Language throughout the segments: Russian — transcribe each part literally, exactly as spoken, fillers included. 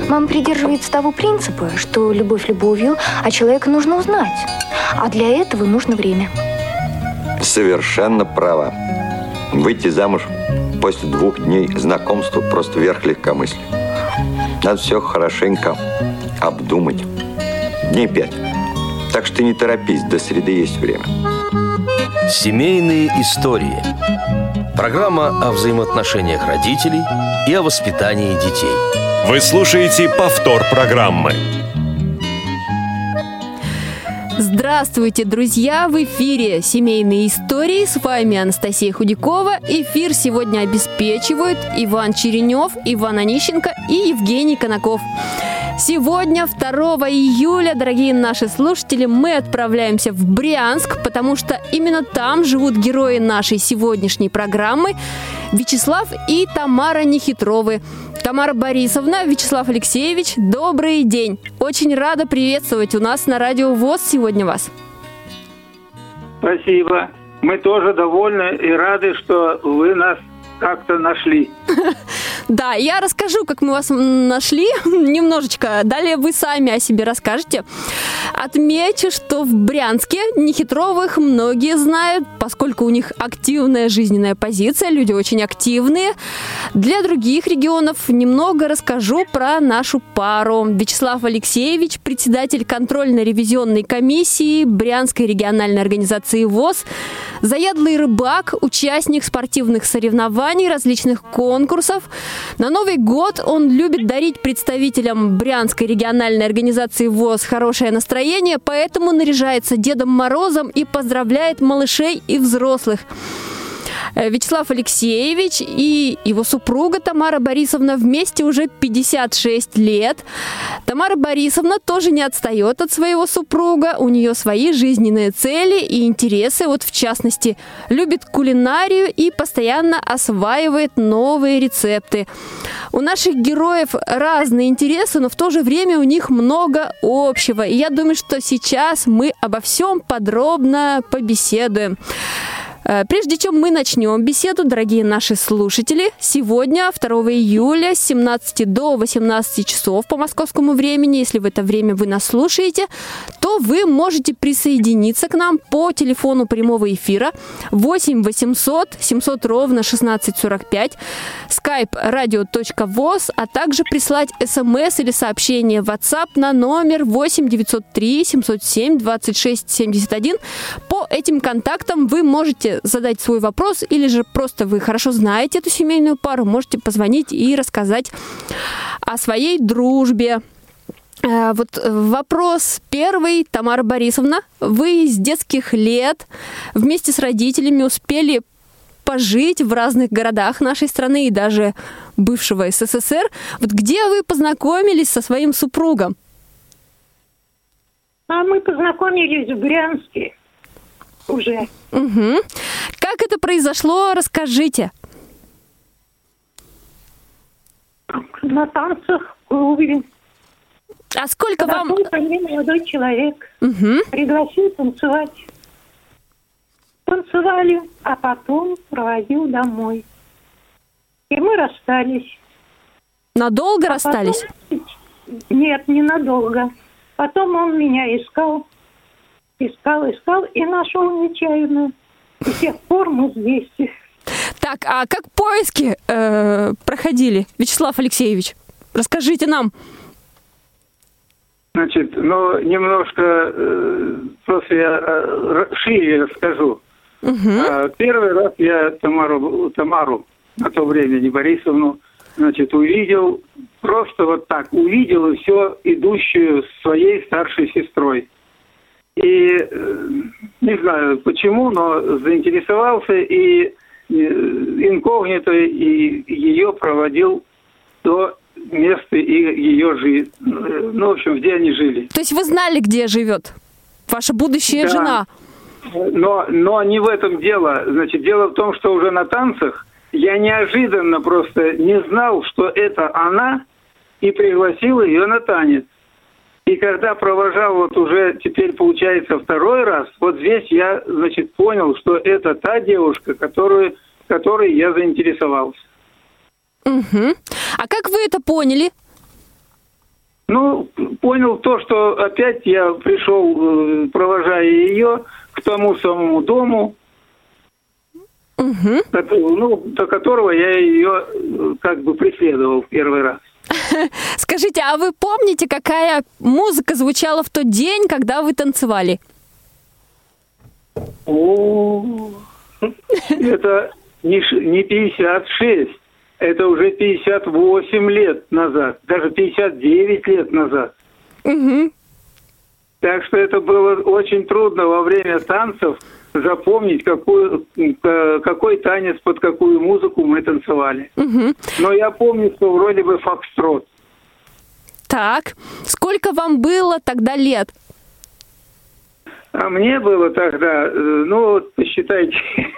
Мама придерживается того принципа, что любовь любовью, а человека нужно узнать. А для этого нужно время. Совершенно права. Выйти замуж после двух дней знакомства просто верх легкомыслия. Надо все хорошенько обдумать. Дней пять. Так что не торопись, до среды есть время. Семейные истории. Программа о взаимоотношениях родителей и о воспитании детей. Вы слушаете повтор программы. Здравствуйте, друзья! В эфире «Семейные истории». С вами Анастасия Худякова. Эфир сегодня обеспечивают Иван Черенев, Иван Онищенко и Евгений Конаков. Сегодня, второго июля, дорогие наши слушатели, мы отправляемся в Брянск, потому что именно там живут герои нашей сегодняшней программы Вячеслав и Тамара Нехитровы. Тамара Борисовна, Вячеслав Алексеевич, добрый день. Очень рада приветствовать у нас на Радио ВОС сегодня вас. Спасибо. Мы тоже довольны и рады, что вы нас как-то нашли. Да, я расскажу, как мы вас нашли немножечко. Далее вы сами о себе расскажете. Отмечу, что в Брянске Нехитровых многие знают, поскольку у них активная жизненная позиция, люди очень активные. Для других регионов немного расскажу про нашу пару. Вячеслав Алексеевич, председатель контрольно-ревизионной комиссии Брянской региональной организации ВОС, заядлый рыбак, участник спортивных соревнований, различных конкурсов. На Новый год он любит дарить представителям Брянской региональной организации ВОС хорошее настроение, поэтому наряжается Дедом Морозом и поздравляет малышей и взрослых. Вячеслав Алексеевич и его супруга Тамара Борисовна вместе уже пятьдесят шесть лет. Тамара Борисовна тоже не отстает от своего супруга. У нее свои жизненные цели и интересы. Вот в частности, любит кулинарию и постоянно осваивает новые рецепты. У наших героев разные интересы, но в то же время у них много общего. И я думаю, что сейчас мы обо всем подробно побеседуем. Прежде чем мы начнем беседу, дорогие наши слушатели, сегодня, второго июля, с семнадцати до восемнадцати часов по московскому времени, если в это время вы нас слушаете, то вы можете присоединиться к нам по телефону прямого эфира восемь восемьсот семьсот ровно шестнадцать сорок пять, skype radio точка voz, а также прислать смс или сообщение в WhatsApp на номер восемь девятьсот три семьсот семь двадцать шесть семьдесят один. По этим контактам вы можете задать свой вопрос, или же просто вы хорошо знаете эту семейную пару, можете позвонить и рассказать о своей дружбе. Вот вопрос первый. Тамара Борисовна, вы с детских лет вместе с родителями успели пожить в разных городах нашей страны и даже бывшего СССР. Вот где вы познакомились со своим супругом? А мы познакомились в Брянске уже. Угу. Как это произошло, расскажите. На танцах в клубе. А сколько Подошел вам... ко мне молодой человек. Угу. Пригласил танцевать. Танцевали, а потом проводил домой. И мы расстались. Надолго а расстались? Потом... Нет, ненадолго. Потом он меня искал. Искал, искал и нашел нечаянно. И с тех пор мы вместе. Так, а как поиски э, проходили, Вячеслав Алексеевич? Расскажите нам. Значит, ну, немножко э, просто я э, шире расскажу. Угу. А, первый раз я Тамару, Тамару, на то время, не Борисовну, значит, увидел, просто вот так, увидел и все, идущую с своей старшей сестрой. И не знаю почему, но заинтересовался и инкогнито и ее проводил до места и ее жизни. Ну, в общем, где они жили. То есть вы знали, где живет ваша будущая да. жена? Но, но не в этом дело. Значит, дело в том, что уже на танцах я неожиданно просто не знал, что это она, и пригласил ее на танец. И когда провожал вот уже теперь получается второй раз, вот здесь я, значит, понял, что это та девушка, которую, которой я заинтересовался. Угу. А как вы это поняли? Ну, понял то, что опять я пришел, провожая ее к тому самому дому, Угу. ну, до которого я ее как бы преследовал в первый раз. Скажите, а вы помните, какая музыка звучала в тот день, когда вы танцевали? О, это не ш- не пятьдесят шесть, это уже пятьдесят восемь лет назад, даже пятьдесят девять лет назад. Угу. Так что это было очень трудно во время танцев запомнить, какой, какой танец, под какую музыку мы танцевали. Угу. Но я помню, что вроде бы фокстрот. Так, сколько вам было тогда лет? А мне было тогда, ну, вот посчитайте,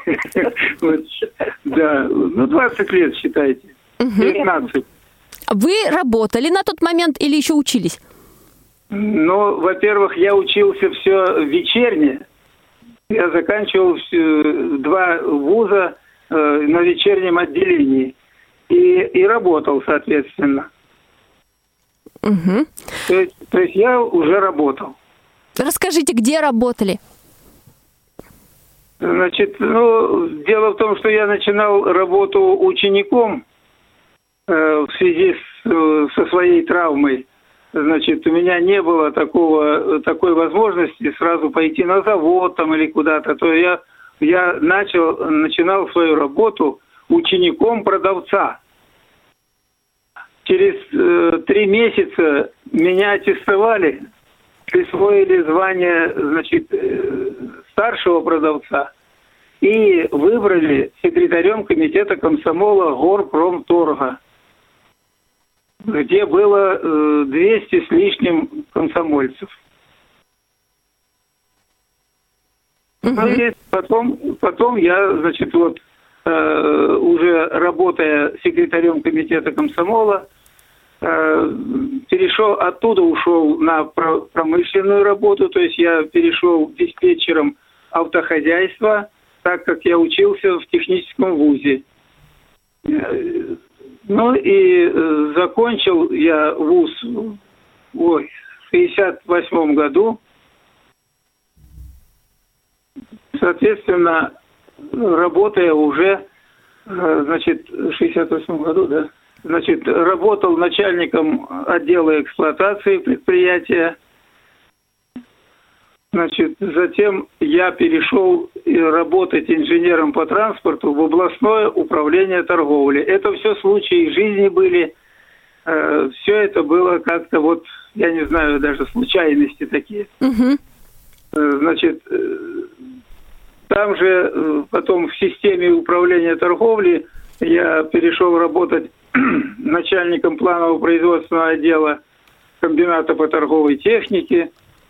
да, ну, двадцать лет считайте, девятнадцать. Вы работали на тот момент или еще учились? Ну, во-первых, я учился все вечернее. Я заканчивал два вуза э, на вечернем отделении и, и работал, соответственно. Угу. То есть, то есть я уже работал. Расскажите, где работали? Значит, ну, дело в том, что я начинал работу учеником э, в связи с, э, со своей травмой. Значит, у меня не было такого, такой возможности сразу пойти на завод там или куда-то. То я, я начал, начинал свою работу учеником продавца. Через э, три месяца меня аттестовали, присвоили звание, значит, э, старшего продавца и выбрали секретарем комитета комсомола Горпромторга, где было э, двести с лишним комсомольцев. Uh-huh. Ну и потом, потом я, значит, вот э, уже работая секретарем комитета комсомола, э, перешел, оттуда ушел на промышленную работу, то есть я перешел диспетчером автохозяйства, так как я учился в техническом вузе. Ну и э, закончил я вуз ой, в шестьдесят восьмом году. Соответственно, работая уже, э, значит, в шестьдесят восьмом году, да, значит, работал начальником отдела эксплуатации предприятия. Значит, затем я перешел работать инженером по транспорту в областное управление торговли. Это все случаи жизни были. Э, все это было как-то вот, я не знаю, даже случайности такие. Угу. Э, значит, э, там же э, потом в системе управления торговли я перешел работать начальником планового производственного отдела комбината по торговой технике.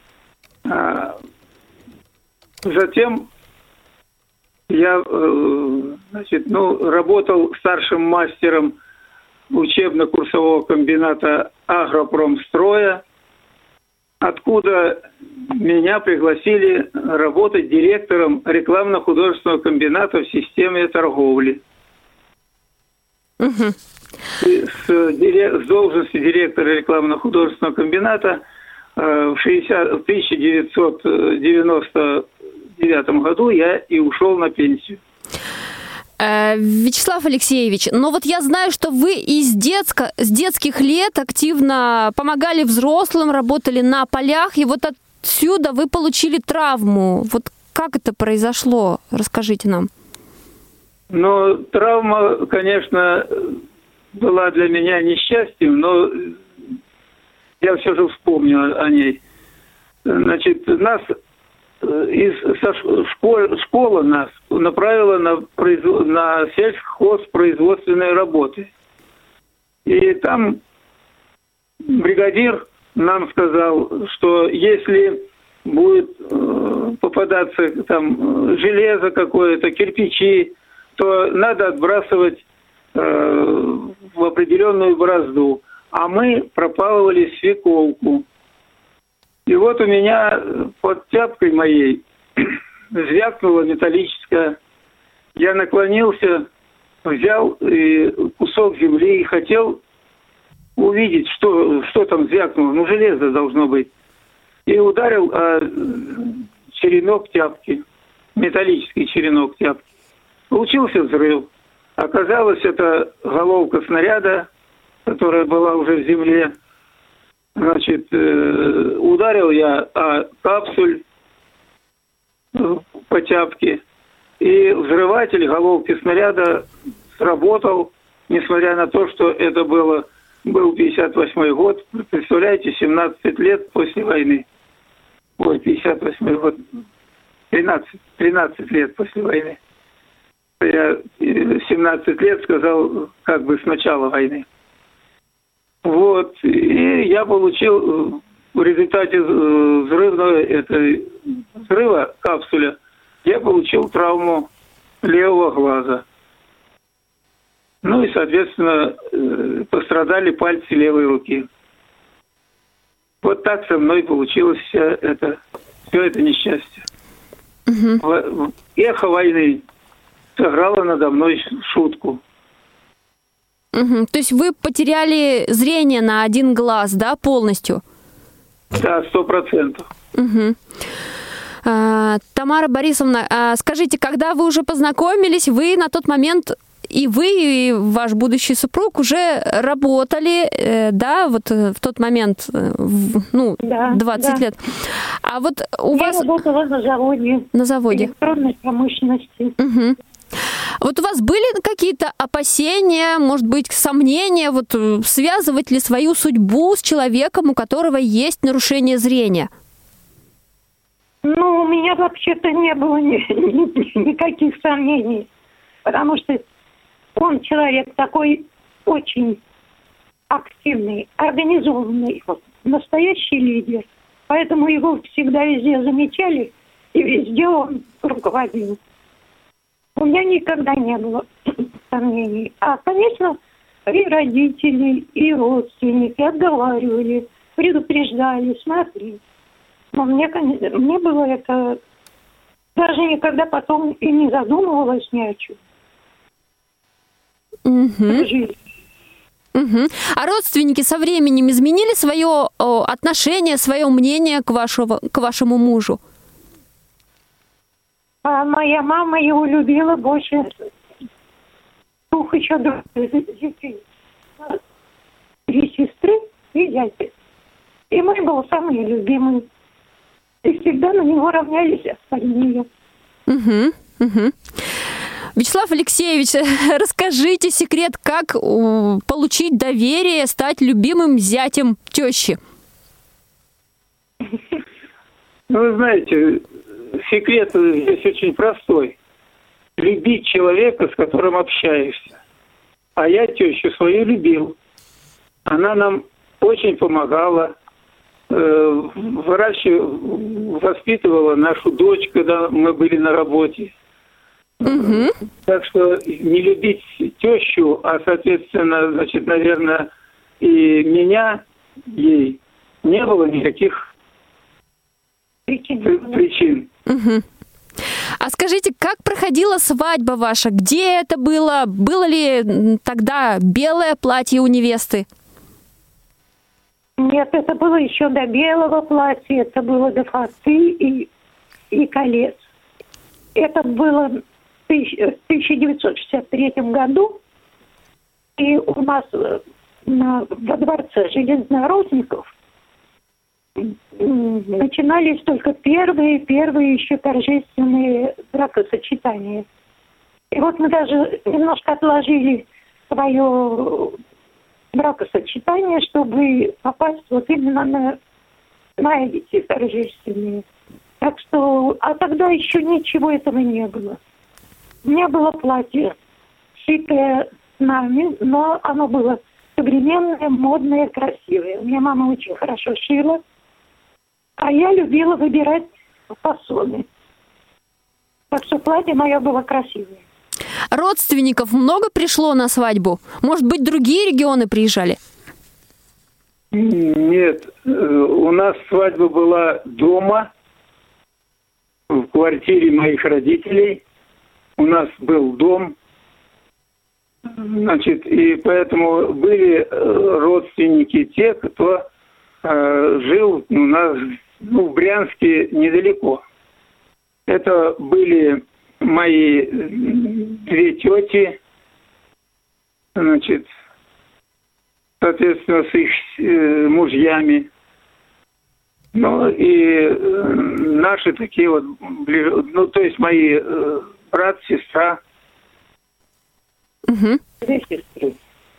Затем я, значит, ну, работал старшим мастером учебно-курсового комбината Агропромстроя, откуда меня пригласили работать директором рекламно-художественного комбината в системе торговли. Угу. С, с должности директора рекламно-художественного комбината в, шестидесятом, в тысяча девятьсот девяносто девятом году я и ушел на пенсию. Э, Вячеслав Алексеевич, но вот я знаю, что вы из детско, с детских лет активно помогали взрослым, работали на полях, и вот отсюда вы получили травму. Вот как это произошло? Расскажите нам. Ну, травма, конечно, была для меня несчастьем, но я все же вспомню о ней. Значит, нас из школы, школа нас направила на, производ, на сельхозпроизводственные работы. И там бригадир нам сказал, что если будет попадаться там железо какое-то, кирпичи, то надо отбрасывать э, в определенную борозду. А мы пропалывали свеколку. И вот у меня под тяпкой моей звякнула металлическая. Я наклонился, взял и кусок земли и хотел увидеть, что, что там звякнуло. Ну, железо должно быть. И ударил а, черенок тяпки, металлический черенок тяпки. Получился взрыв. Оказалось, это головка снаряда, которая была уже в земле. Значит, э, ударил я о капсуль э, по тяпке, и взрыватель головки снаряда сработал, несмотря на то, что это было, был пятьдесят восьмой год. Представляете, семнадцать лет после войны. Ой, пятьдесят восьмой год. тринадцать, тринадцать лет после войны. Я семнадцать лет сказал, как бы с начала войны. Вот. И я получил в результате взрывного, это, взрыва капсуля, я получил травму левого глаза. Ну и, соответственно, пострадали пальцы левой руки. Вот так со мной получилось все это, все это несчастье. Угу. Эхо войны сыграло надо мной шутку. Угу. То есть вы потеряли зрение на один глаз, да, полностью? Да, сто процентов. Угу. А, Тамара Борисовна, а скажите, когда вы уже познакомились, вы на тот момент, и вы, и ваш будущий супруг уже работали, э, да, вот в тот момент, в, ну, да, двадцать да. лет. А вот у Я вас... Я работала на заводе. На заводе. Электронной промышленности. Угу. Вот у вас были какие-то опасения, может быть, сомнения, вот связывать ли свою судьбу с человеком, у которого есть нарушение зрения? Ну, у меня вообще-то не было ни, ни, никаких сомнений, потому что он человек такой очень активный, организованный, настоящий лидер. Поэтому его всегда везде замечали, и везде он руководил. У меня никогда не было сомнений. А, конечно, и родители, и родственники отговаривали, предупреждали, смотри. Но мне, мне было это... Даже никогда потом и не задумывалась ни о чем. Угу. Угу. А родственники со временем изменили свое о, отношение, свое мнение к, вашего, к вашему мужу? А моя мама его любила больше двух еще детей. Три сестры и дядя. И мой был самый любимый. И всегда на него равнялись остальные. Угу, угу. Вячеслав Алексеевич, расскажите секрет, как получить доверие, стать любимым зятем тещи. Ну, вы знаете, секрет здесь очень простой. Любить человека, с которым общаешься. А я тещу свою любил. Она нам очень помогала. Э, выращивала, воспитывала нашу дочь, когда мы были на работе. Угу. Так что не любить тещу, а, соответственно, значит, наверное, и меня, ей, не было никаких причин. причин. Угу. А скажите, как проходила свадьба ваша? Где это было? Было ли тогда белое платье у невесты? Нет, это было еще до белого платья, это было до фаты и, и колец. Это было в тысяча девятьсот шестьдесят третьем году, и у нас на, во дворце железнородников начинались только первые, первые еще торжественные бракосочетания. И вот мы даже немножко отложили свое бракосочетание, чтобы попасть вот именно на, на эти торжественные. Так что, а тогда еще ничего этого не было. У меня было платье, шитое с нами, но оно было современное, модное, красивое. У меня мама очень хорошо шила, а я любила выбирать фасоны. Так что платье мое было красивое. Родственников много пришло на свадьбу? Может быть, другие регионы приезжали? Нет, у нас свадьба была дома, в квартире моих родителей. У нас был дом, Значит, и поэтому были родственники те, кто э, жил у нас, ну, в Брянске недалеко. Это были мои две тети, значит, соответственно, с их э, мужьями. Ну и э, наши такие вот, ну, то есть мои э, брат, сестра. Угу. Две сестры.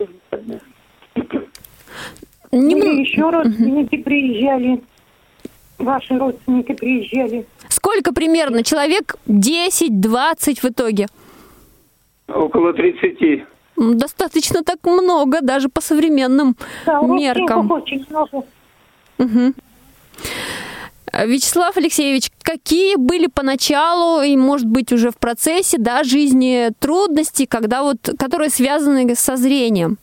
Не... Или еще родственники угу. приезжали. Ваши родственники приезжали. Сколько примерно? Человек десять-двадцать в итоге? Около тридцати. Достаточно так много, даже по современным да, меркам. Очень много. Угу. Вячеслав Алексеевич, какие были поначалу и, может быть, уже в процессе, да, жизни трудности, когда вот, которые связаны со зрением?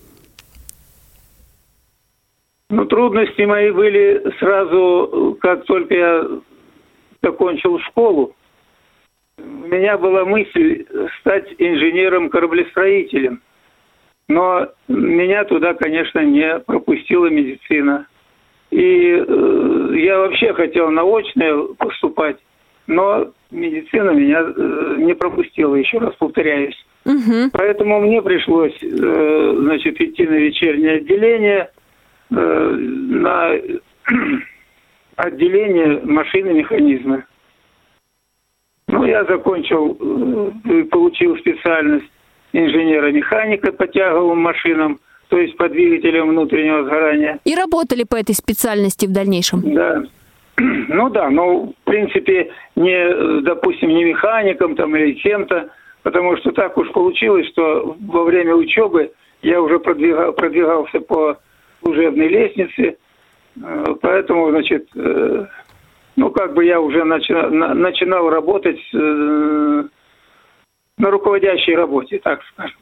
Ну, трудности мои были сразу, как только я закончил школу. У меня была мысль стать инженером-кораблестроителем. Но меня туда, конечно, не пропустила медицина. И э, я вообще хотел на очное поступать, но медицина меня э, не пропустила, еще раз повторяюсь. Угу. Поэтому мне пришлось, э, значит, идти на вечернее отделение, э, на отделение машины и механизма. Ну, я закончил, э, получил специальность инженера-механика по тяговым машинам, то есть по двигателям внутреннего сгорания. И работали по этой специальности в дальнейшем? Да. Ну да, но в принципе не, допустим, не механиком там или кем-то, потому что так уж получилось, что во время учебы я уже продвигал, продвигался по служебной лестнице, поэтому, значит, ну как бы я уже начинал, начинал работать на руководящей работе, так скажем.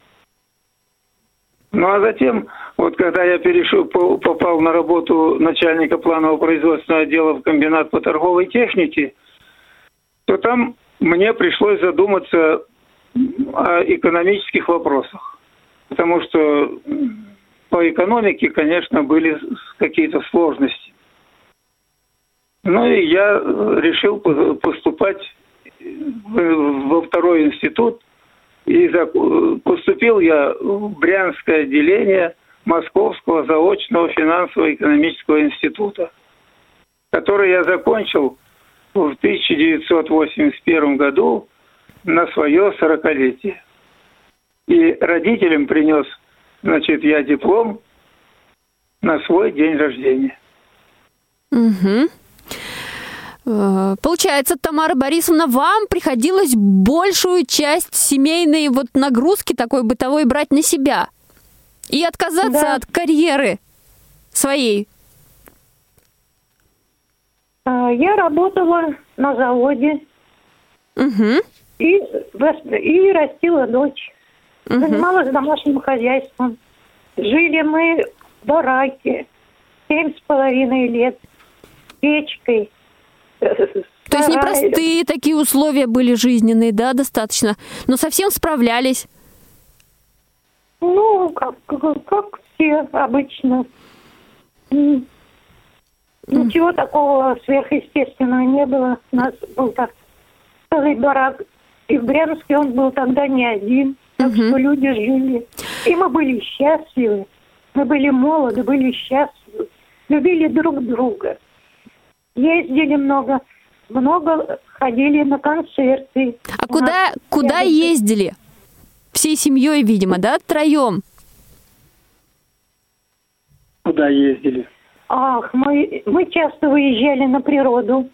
Ну а затем, вот когда я перешел, попал на работу начальника планового производственного отдела в комбинат по торговой технике, то там мне пришлось задуматься о экономических вопросах. Потому что по экономике, конечно, были какие-то сложности. Ну и я решил поступать во второй институт. И поступил я в Брянское отделение Московского заочного финансово-экономического института, который я закончил в тысяча девятьсот восемьдесят первом году на свое сорокалетие. И родителям принес, значит, я диплом на свой день рождения. Угу. Получается, Тамара Борисовна, вам приходилось большую часть семейной вот нагрузки такой бытовой брать на себя и отказаться да. от карьеры своей. Я работала на заводе угу. и, и растила дочь. Угу. Занималась домашним хозяйством. Жили мы в бараке семь с половиной лет, печкой. То есть непростые такие условия были жизненные, да, достаточно, но совсем справлялись. Ну, как, как, как все обычно. Ничего mm. такого сверхъестественного не было. У нас был так целый барак. И в Брянске он был тогда не один. Так mm-hmm. что люди жили. И мы были счастливы. Мы были молоды, были счастливы. Любили друг друга. Ездили много, много ходили на концерты. А куда, куда ездили? Всей семьей, видимо, да, втроем? Куда ездили? Ах, мы, мы часто выезжали на природу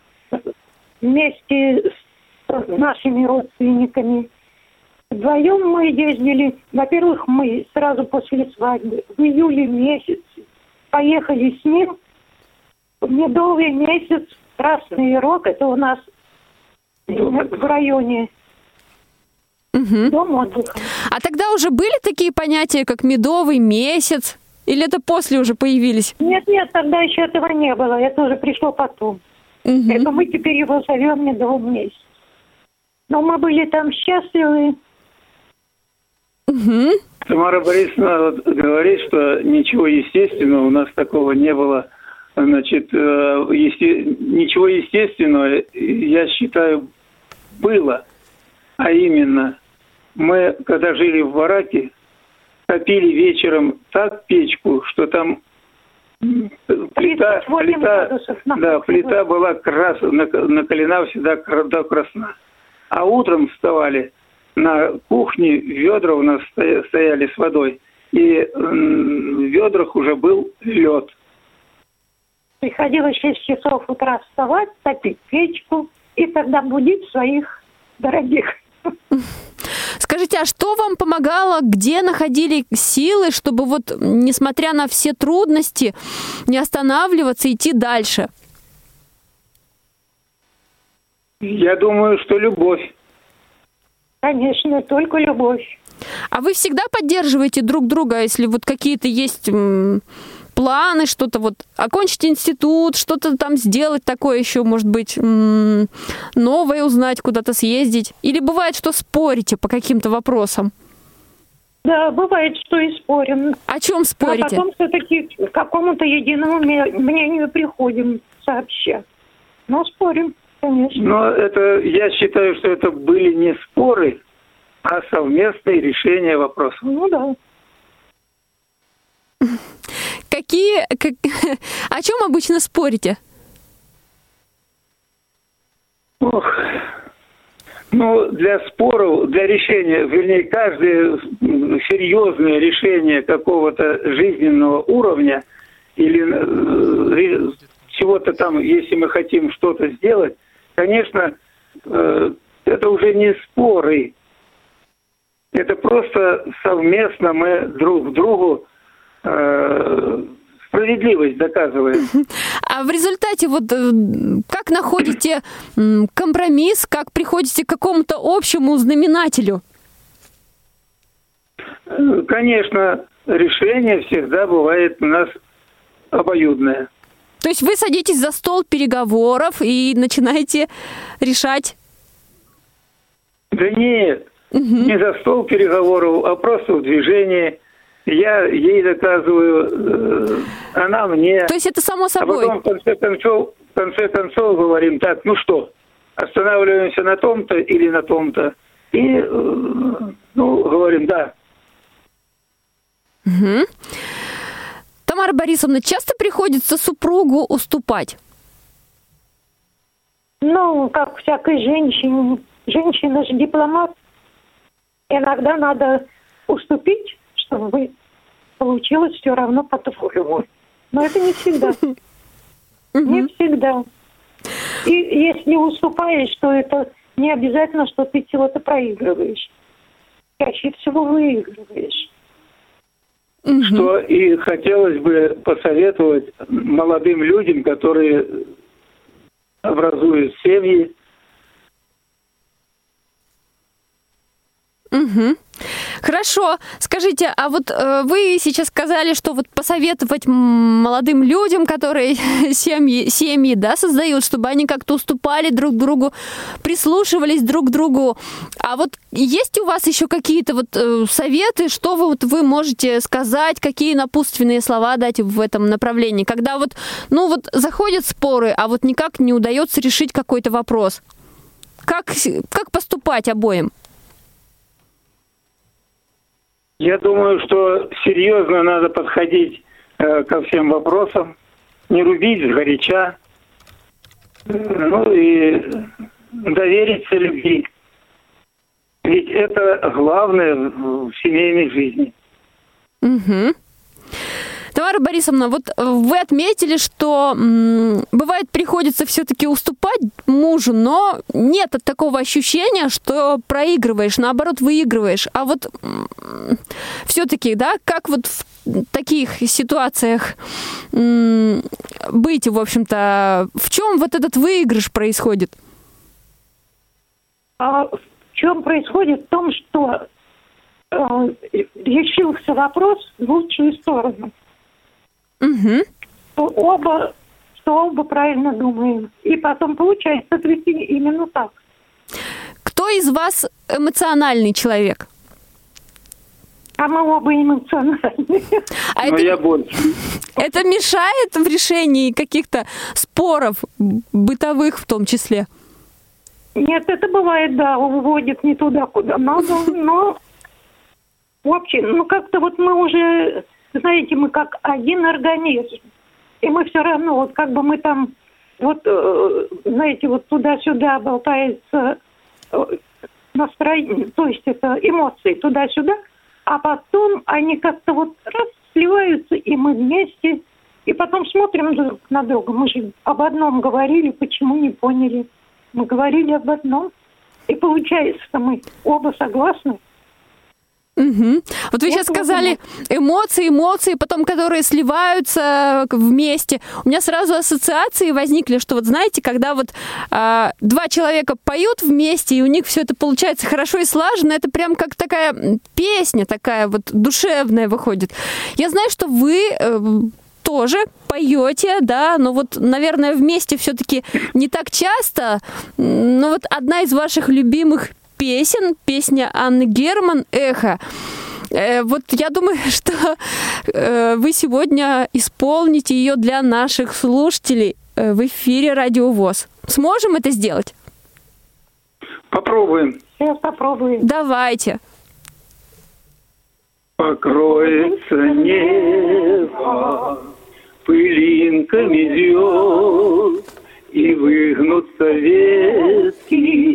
вместе с нашими родственниками. Вдвоем мы ездили, во-первых, мы сразу после свадьбы, в июле месяце поехали с ним в медовый месяц, Красный Рог, это у нас в районе угу. дом отдыха. А тогда уже были такие понятия, как медовый месяц? Или это после уже появились? Нет, нет, тогда еще этого не было, это уже пришло потом. Угу. Это мы теперь его зовем медовый месяц. Но мы были там счастливы. Угу. Тамара Борисовна вот говорит, что ничего естественного у нас такого не было. Значит, есте... ничего естественного, я считаю, было. А именно, мы, когда жили в бараке, топили вечером так печку, что там плита, плита, да, плита была крас... накалена всегда до красна. А утром вставали, на кухне ведра у нас стояли с водой, и в ведрах уже был лед. Приходилось в шесть часов утра вставать, топить печку и тогда будить своих дорогих. Скажите, а что вам помогало, где находили силы, чтобы вот, несмотря на все трудности, не останавливаться, идти дальше? Я думаю, что любовь. Конечно, только любовь. А вы всегда поддерживаете друг друга, если вот какие-то есть м, планы, что-то вот окончить институт, что-то там сделать такое еще, может быть, м, новое узнать, куда-то съездить? Или бывает, что спорите по каким-то вопросам? Да, бывает, что и спорим. О чем спорите? А потом все-таки к какому-то единому мнению приходим сообща. Но спорим, конечно. Но это, я считаю, что это были не споры, а совместные решения вопросов. Ну да. Какие, как, о чем обычно спорите? Ох, ну, для споров, для решения, вернее, каждое серьезное решение какого-то жизненного уровня или э, чего-то там, если мы хотим что-то сделать, конечно, э, это уже не споры. Это просто совместно мы друг другу э, справедливость доказываем. А в результате вот как находите компромисс, как приходите к какому-то общему знаменателю? Конечно, решение всегда бывает у нас обоюдное. То есть вы садитесь за стол переговоров и начинаете решать? Да нет, угу. не за стол переговоров, а просто в движении. Я ей доказываю, она мне. То есть это само собой? А потом в конце концов, в конце концов говорим, так, ну что, останавливаемся на том-то или на том-то. И, ну, говорим, да. Угу. Тамара Борисовна, часто приходится супругу уступать? Ну, как всякой женщине. Женщина же дипломат. Иногда надо уступить, чтобы получилось все равно по-твоему. Но это не всегда. Не всегда. И если уступаешь, то это не обязательно, что ты чего-то проигрываешь. Чаще всего выигрываешь. Что и хотелось бы посоветовать молодым людям, которые образуют семьи. Угу. Хорошо. Скажите, а вот э, вы сейчас сказали, что вот посоветовать молодым людям, которые семьи, семьи, да, создают, чтобы они как-то уступали друг другу, прислушивались друг к другу. А вот есть у вас еще какие-то вот э, советы, что вы, вот, вы можете сказать, какие напутственные слова дать в этом направлении, когда вот, ну вот заходят споры, а вот никак не удается решить какой-то вопрос? Как, как поступать обоим? Я думаю, что серьезно надо подходить э, ко всем вопросам, не рубить сгоряча, э, ну и довериться любви. Ведь это главное в семейной жизни. Угу. Тамара Борисовна, вот вы отметили, что м, бывает приходится все-таки уступать мужу, но нет такого ощущения, что проигрываешь, наоборот выигрываешь. А вот м, все-таки, да, как вот в таких ситуациях м, быть, в общем-то, в чем вот этот выигрыш происходит? А в чем происходит? В том, что э, решился вопрос в лучшую сторону. Угу. Что оба, что оба правильно думаем. И потом получается отвести именно так. Кто из вас эмоциональный человек? А мы оба эмоциональные. А Но это, я больше. это мешает в решении каких-то споров, бытовых в том числе? Нет, это бывает, да, уводит не туда, куда надо, но вообще, ну как-то вот мы уже, знаете, мы как один организм, и мы все равно, вот как бы мы там, вот, знаете, вот туда-сюда болтается настроение, то есть это эмоции туда-сюда, а потом они как-то вот раз сливаются, и мы вместе, и потом смотрим друг на друга. Мы же об одном говорили, почему не поняли. Мы говорили об одном, и получается, что мы оба согласны. Угу. Вот вы Я сейчас тоже сказали эмоции, эмоции, потом которые сливаются вместе. У меня сразу ассоциации возникли, что вот знаете, когда вот а, два человека поют вместе, и у них все это получается хорошо и слаженно, это прям как такая песня такая вот душевная выходит. Я знаю, что вы э, тоже поете, да, но вот, наверное, вместе все-таки не так часто. Но вот одна из ваших любимых песен, песня Анны Герман «Эхо». Э, вот я думаю, что э, вы сегодня исполните ее для наших слушателей э, в эфире Радио ВОС. Сможем это сделать? Попробуем. Сейчас попробуем. Давайте. Покроется небо пылинками звезд, и выгнутся ветки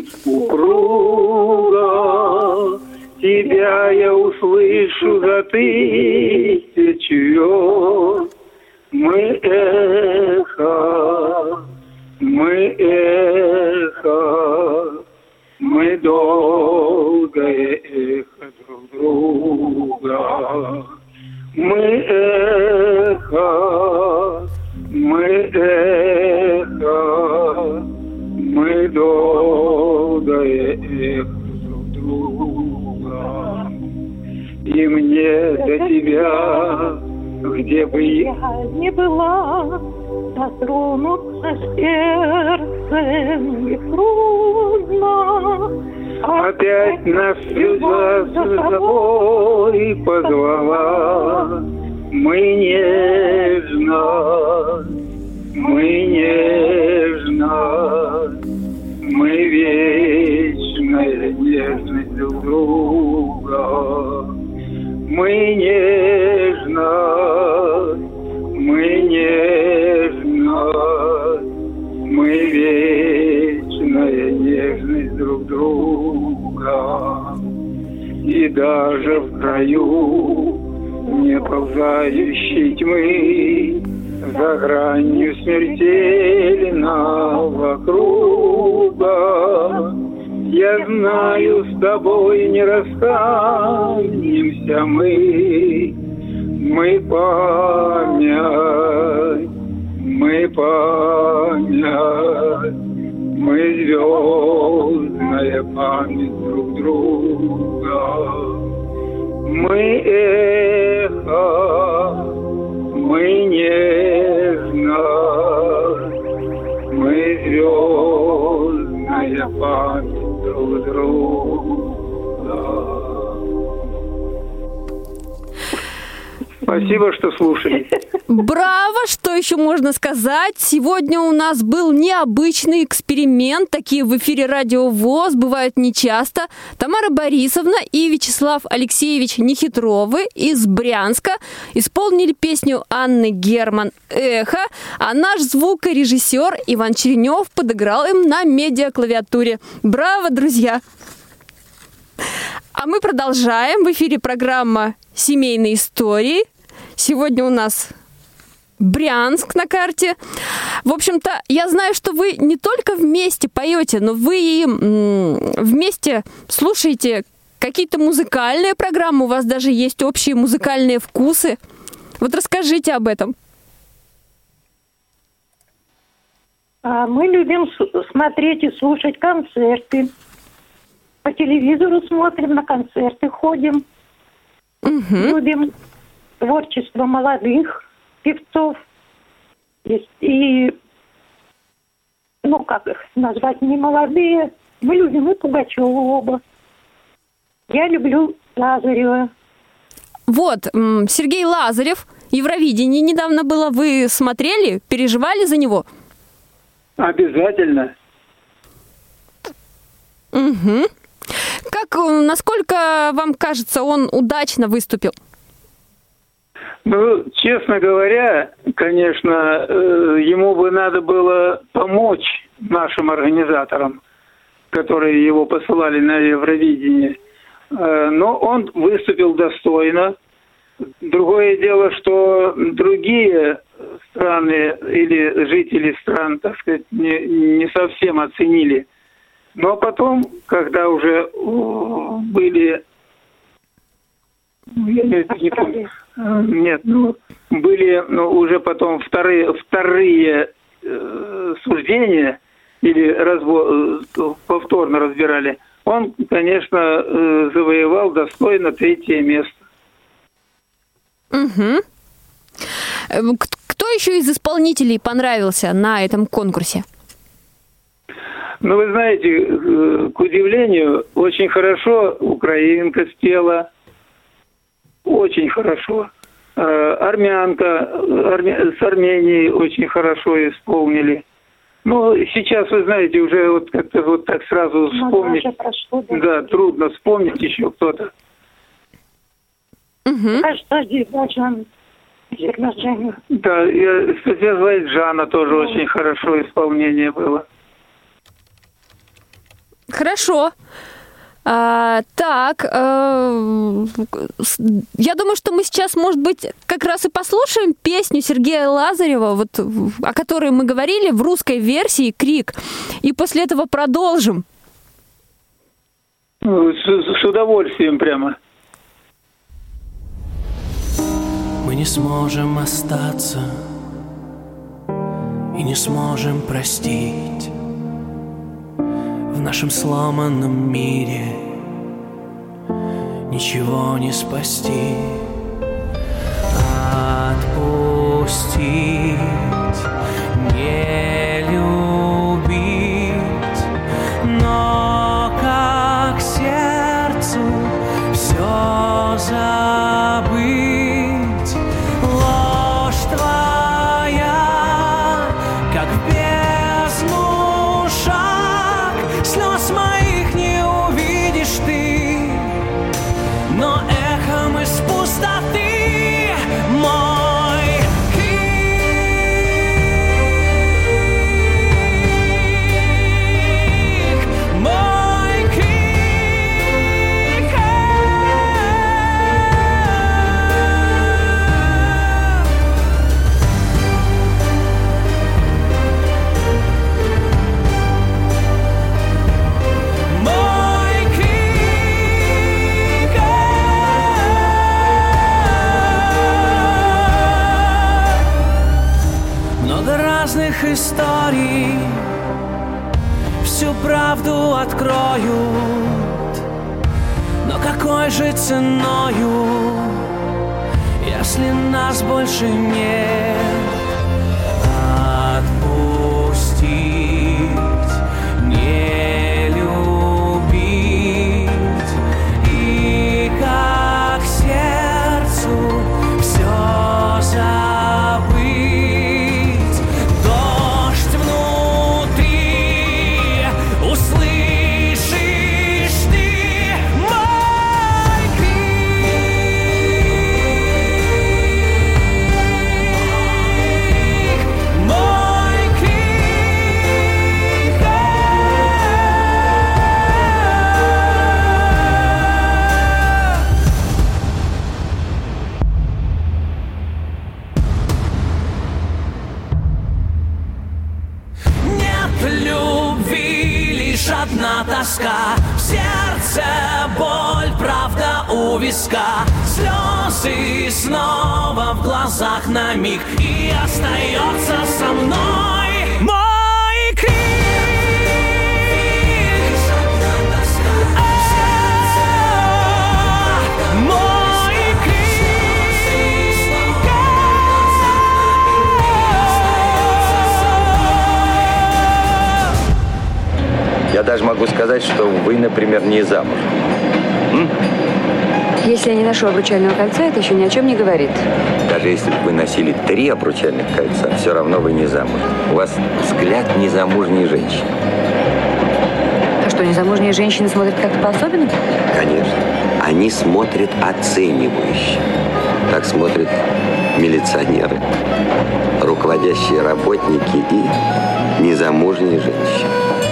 упруга. Тебя я услышу за тысячу верст. Мы эхо, мы эхо, мы долгое эхо друг друга. Мы эхо, мы эхо, мы долгое эхо друг друга. И мне до тебя, где бы я Я не была, дотронуться сердцем нетрудно. опять нас судьба за собой позвала. Мы нежно, мы нежно, мы вечная нежность друг друга. Мы нежно, мы нежно, мы вечная нежность друг друга. И даже в краю неползающей тьмы, за гранью смертельного круга, я знаю, с тобой не расстанемся мы. Мы память, мы память, мы звездная память друг друга. Мы эхо, мы нежно, мы звездная память друг друга. Спасибо, что слушали. Браво! Что еще можно сказать? Сегодня у нас был необычный эксперимент. Такие в эфире Радио ВОС бывают нечасто. Тамара Борисовна и Вячеслав Алексеевич Нехитровы из Брянска исполнили песню Анны Герман «Эхо», а наш звукорежиссер Иван Черенев подыграл им на медиаклавиатуре. Браво, друзья! А мы продолжаем. В эфире программа «Семейные истории». Сегодня у нас Брянск на карте. В общем-то, я знаю, что вы не только вместе поете, но вы и вместе слушаете какие-то музыкальные программы. У вас даже есть общие музыкальные вкусы. Вот расскажите об этом. Мы любим смотреть и слушать концерты. По телевизору смотрим, на концерты ходим. Угу. Любим творчество молодых певцов. Есть и, ну, как их назвать, не молодые. Мы любим и Пугачёва оба. Я люблю Лазарева. Вот, Сергей Лазарев, Евровидение недавно было. Вы смотрели, переживали за него? Обязательно. Угу. Как, насколько вам кажется, он удачно выступил? Ну, честно говоря, конечно, ему бы надо было помочь нашим организаторам, которые его посылали на Евровидение. Но он выступил достойно. Другое дело, что другие страны или жители стран, так сказать, не, не совсем оценили. Но потом, когда уже были... Я не, не помню. Нет, ну, были ну, уже потом вторые, вторые э, суждения или разбор, э, повторно разбирали. Он, конечно, э, завоевал достойно третье место. Угу. Кто еще из исполнителей понравился на этом конкурсе? Ну, вы знаете, к удивлению, очень хорошо украинка спела. Очень хорошо. Армянка армя... с Арменией очень хорошо исполнили. Ну, сейчас, вы знаете, уже вот как-то вот так сразу вспомнить. Прошло, да, да, трудно вспомнить еще кто-то. Угу. Да, из Азербайджана тоже ну. очень хорошо исполнение было. Хорошо. А, так, э, я думаю, что мы сейчас, может быть, как раз и послушаем песню Сергея Лазарева, вот, о которой мы говорили, в русской версии «Крик», и после этого продолжим. С, с удовольствием прямо. Мы не сможем остаться и не сможем простить. В нашем сломанном мире ничего не спасти. Отпустить, не любить, но как сердцу все забыть. Ложь твоя, как в бездну шаг, слез моих не увидишь ты, но эхом из пустоты мой крик, мой крик. Мой крик. Много разных историй всю правду откроют, но какой же ценою, если нас больше нет? Отпустить, не любить, и как сердцу все забыть. Дождь внутри услышишь ты мой крик, мой крик. Нет любви, лишь одна тоска, в сердце боль, правда у виска, слезы снова в глазах на миг, и остается со мной мой крик. А, мой Я даже могу сказать, что вы, например, не замужем. М? Если я не ношу обручального кольца, это еще ни о чем не говорит. Даже если бы вы носили три обручальных кольца, все равно вы не замуж. У вас взгляд незамужней женщины. А что, незамужние женщины смотрят как-то по-особенному? Конечно. Они смотрят оценивающе. Так смотрят милиционеры, руководящие работники и незамужние женщины.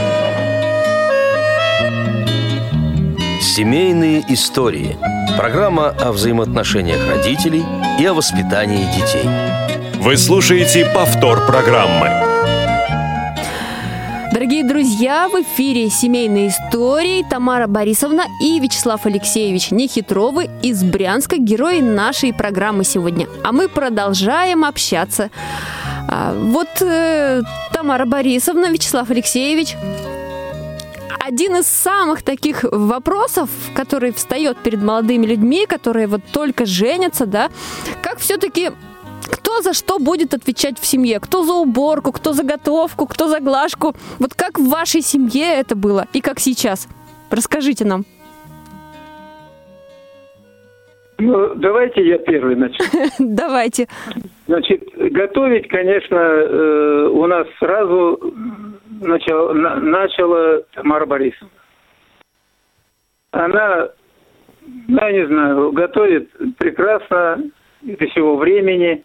Семейные истории. Программа о взаимоотношениях родителей и о воспитании детей. Вы слушаете повтор программы. Дорогие друзья, в эфире «Семейные истории». Тамара Борисовна и Вячеслав Алексеевич Нехитровы из Брянска, герои нашей программы сегодня. А мы продолжаем общаться. А, вот э, Тамара Борисовна, Вячеслав Алексеевич. Один из самых таких вопросов, который встает перед молодыми людьми, которые вот только женятся, да, как все-таки... Кто за что будет отвечать в семье? Кто за уборку, кто за готовку, кто за глажку? Вот как в вашей семье это было и как сейчас? Расскажите нам. Ну, давайте я первый начну. Давайте. Значит, готовить, конечно, у нас сразу начала, начала Тамара Борисовна. Она, я не знаю, готовит прекрасно до сего времени.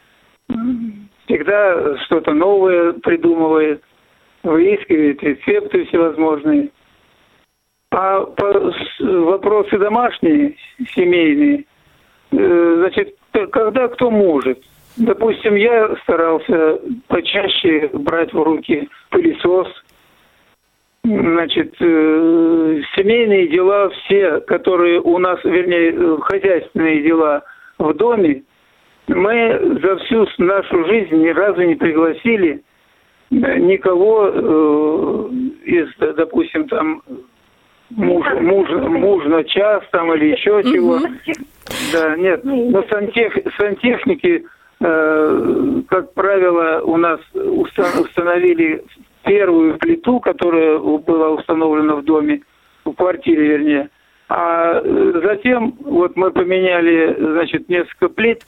Всегда что-то новое придумывает, выискивает рецепты всевозможные. А по, вопросы домашние, семейные, э, значит, когда кто может. Допустим, я старался почаще брать в руки пылесос. Значит, э, семейные дела все, которые у нас, вернее, хозяйственные дела в доме, мы за всю нашу жизнь ни разу не пригласили никого э, из, допустим, там муж, муж, муж на час там или еще uh-huh. чего. Да, нет. Но сантех, сантехники, э, как правило, у нас установили первую плиту, которая была установлена в доме, в квартире, вернее. А затем вот мы поменяли, значит, несколько плит.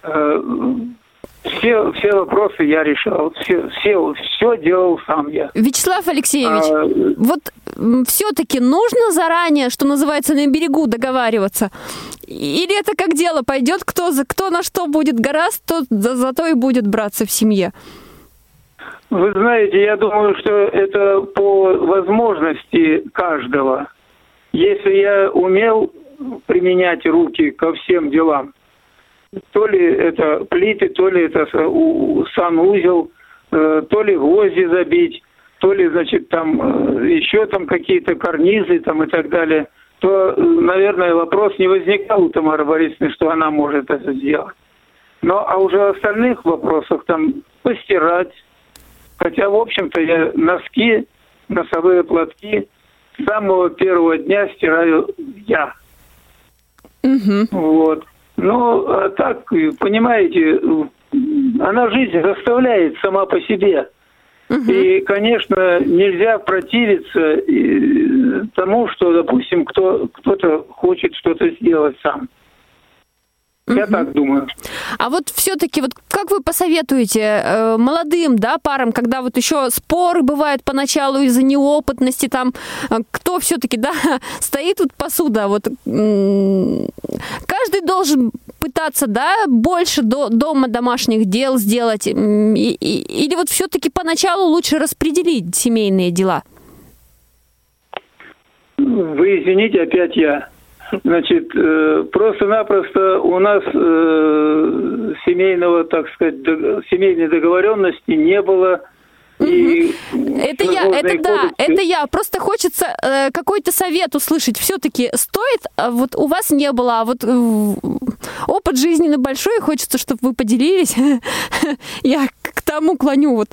Все, все вопросы я решал, все, все, все делал сам я. Вячеслав Алексеевич, а, вот все-таки нужно заранее, что называется, на берегу договариваться? Или это как дело пойдет, кто, за, кто на что будет гораздо, тот за, за то и будет браться в семье? Вы знаете, я думаю, что это по возможности каждого. Если я умел применять руки ко всем делам, то ли это плиты, то ли это санузел, то ли гвозди забить, то ли, значит, там еще там какие-то карнизы там и так далее, то, наверное, вопрос не возникал у Тамары Борисовны, что она может это сделать. Но а уже в остальных вопросах там постирать, хотя, в общем-то, я носки, носовые платки с самого первого дня стираю я. Угу. Вот. Ну, а так, понимаете, она жизнь заставляет сама по себе. Uh-huh. И, конечно, нельзя противиться тому, что, допустим, кто, кто-то хочет что-то сделать сам. Я угу. так думаю. А вот все-таки, вот как вы посоветуете э, молодым, да, парам, когда вот еще споры бывают поначалу из-за неопытности, там, э, кто все-таки, да, стоит вот посуда, вот м- каждый должен пытаться, да, больше до, дома домашних дел сделать, и, и, или вот все-таки поначалу лучше распределить семейные дела? Вы извините, опять я. Значит, просто-напросто у нас э, семейного, так сказать, дог... семейной договоренности не было. И это я, это да, кодексы... это я. Просто хочется э, какой-то совет услышать. Все-таки стоит, а вот у вас не было, а вот э, опыт жизненно большой, хочется, чтобы вы поделились. Я к тому клоню вот.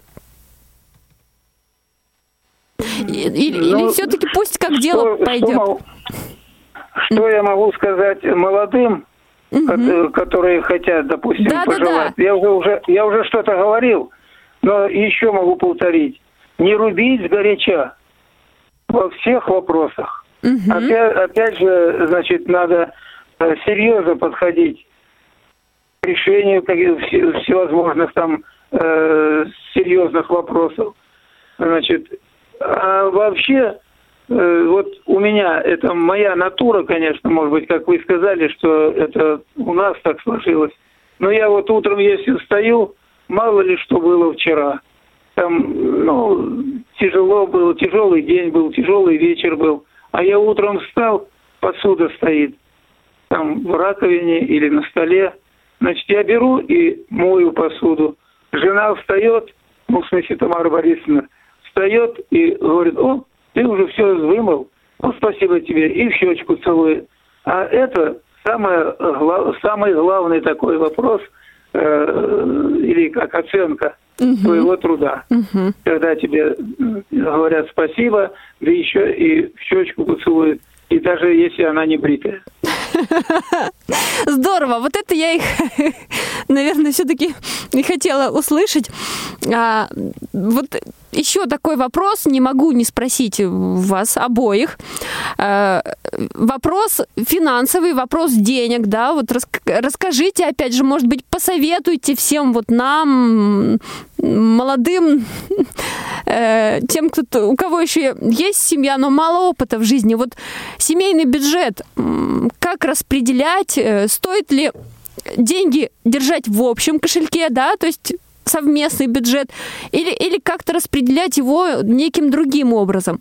Или все-таки пусть как дело пойдет. Что я могу сказать молодым, угу. которые хотят, допустим, да, пожелать? Да, да. Я уже, я уже что-то говорил, но еще могу повторить. Не рубить сгоряча во всех вопросах. Угу. Опять, опять же, значит, надо серьезно подходить к решению каких- всевозможных там э, серьезных вопросов. Значит, а вообще, э, вот у меня, это моя натура, конечно, может быть, как вы сказали, что это у нас так сложилось. Но я вот утром, если встаю, мало ли что было вчера. Там, ну, тяжело было, тяжелый день был, тяжелый вечер был. А я утром встал, посуда стоит там в раковине или на столе. Значит, я беру и мою посуду. Жена встает, ну, в смысле, Тамара Борисовна, встает и говорит: о, ты уже все вымыл, ну, спасибо тебе, и в щечку целует. А это самое, самый главный такой вопрос, э, или как оценка uh-huh. твоего труда. Uh-huh. Когда тебе говорят спасибо, да еще и в щечку поцелуют, и даже если она не бритая. Здорово. Вот это я их, наверное, все-таки не хотела услышать. А, вот еще такой вопрос, не могу не спросить вас обоих. А, вопрос финансовый, вопрос денег, да, вот рас, расскажите, опять же, может быть, посоветуйте всем вот нам, молодым, э, тем, кто, у кого еще есть семья, но мало опыта в жизни, вот семейный бюджет, как распределять, стоит ли деньги держать в общем кошельке, да, то есть совместный бюджет, или, или как-то распределять его неким другим образом?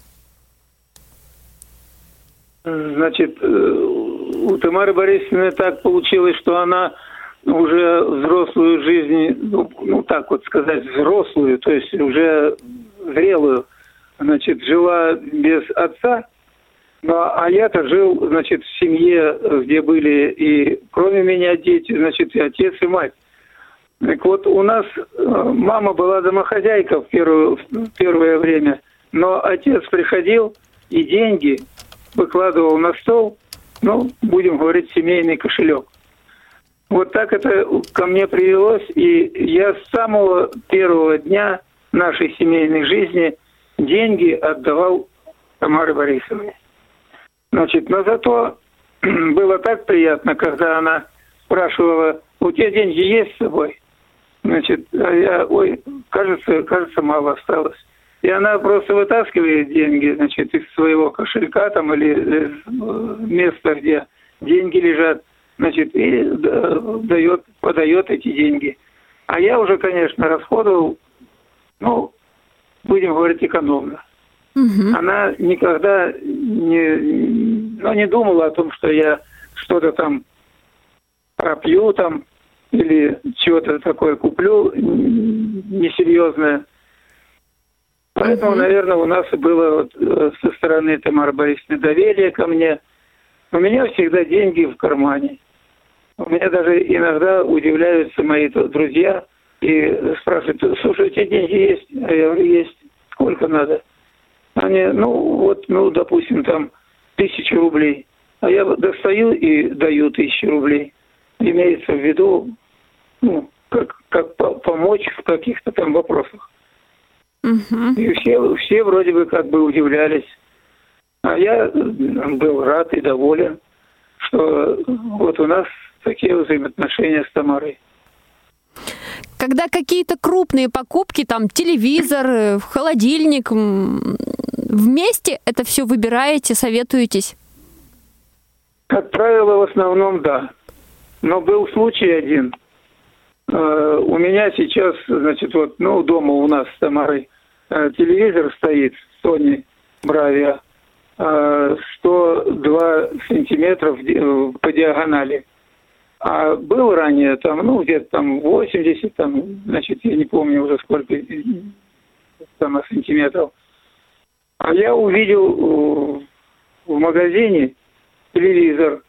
Значит, у Тамары Борисовны так получилось, что она уже взрослую жизнь, ну, ну так вот сказать, взрослую, то есть уже зрелую, значит, жила без отца. Ну, а я-то жил, значит, в семье, где были и кроме меня дети, значит, и отец, и мать. Так вот, у нас мама была домохозяйка в, первую, в первое время, но отец приходил и деньги выкладывал на стол, ну, будем говорить, семейный кошелек. Вот так это ко мне привелось, и я с самого первого дня нашей семейной жизни деньги отдавал Тамаре Борисовне. Значит, но зато было так приятно, когда она спрашивала: у тебя деньги есть с собой? Значит, а я, ой, кажется, кажется, мало осталось. И она просто вытаскивает деньги, значит, из своего кошелька там или из места, где деньги лежат, значит, и дает, подает эти деньги. А я уже, конечно, расходовал, ну, будем говорить, экономно. Угу. Она никогда не, ну, не думала о том, что я что-то там пропью там или чего-то такое куплю несерьезное. Поэтому, угу. наверное, у нас было вот со стороны Тамары Борисовны доверие ко мне. У меня всегда деньги в кармане. У меня даже иногда удивляются мои друзья и спрашивают: слушай, у тебя деньги есть? А я говорю: есть. Сколько надо? Они, ну, вот, ну, допустим, там, тысячу рублей. А я достаю и даю тысячу рублей. Имеется в виду, ну, как, как помочь в каких-то там вопросах. Uh-huh. И все, все вроде бы как бы удивлялись. А я был рад и доволен, что вот у нас такие взаимоотношения с Тамарой. Когда какие-то крупные покупки, там, телевизор, холодильник, вместе это все выбираете, советуетесь? Как правило, в основном, да. Но был случай один. Uh, у меня сейчас, значит, вот, ну, дома у нас с Тамарой uh, телевизор стоит, Sony Bravia, uh, сто два сантиметра по диагонали. А был ранее там, ну, где-то там восемьдесят, там, значит, я не помню уже сколько там сантиметров. А я увидел в магазине телевизор